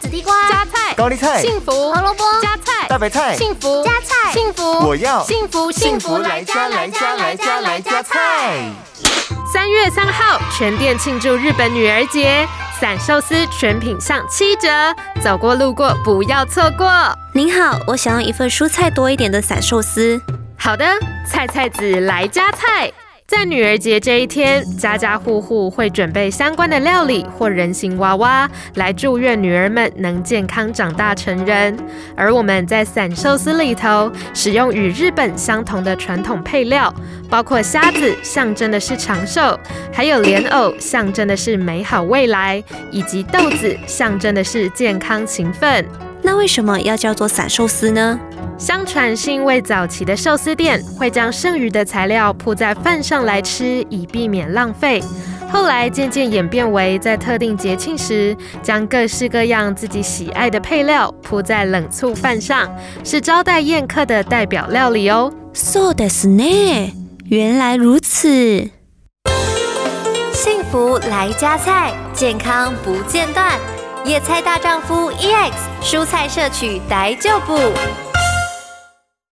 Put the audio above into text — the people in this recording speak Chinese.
地瓜、 加菜、 高丽菜、 幸福、 胡萝卜、 加菜、 大白菜、 幸福、 加菜、 幸福， 我要幸福来加菜。 3月3号，全店庆祝日本女儿节，散寿司全品项7折，走过路过不要错过。 您好，我想要一份蔬菜多一点的散寿司。 好的，菜子来加菜。在女儿节这一天，家家户户会准备相关的料理或人形娃娃，来祝愿女儿们能健康长大成人。而我们在散寿司里头，使用与日本相同的传统配料，包括虾子，象征的是长寿；还有莲藕，象征的是美好未来；以及豆子，象征的是健康勤奋。 那为什么要叫做散寿司呢？ 相传是因为早期的寿司店会将剩余的材料铺在饭上来吃，以避免浪费。后来渐渐演变为在特定节庆时，将各式各样自己喜爱的配料铺在冷醋饭上，是招待宴客的代表料理哦。 そうですね，原来如此。 幸福来加菜，健康不间断。野菜大丈夫 EX 蔬菜摄取逮就补。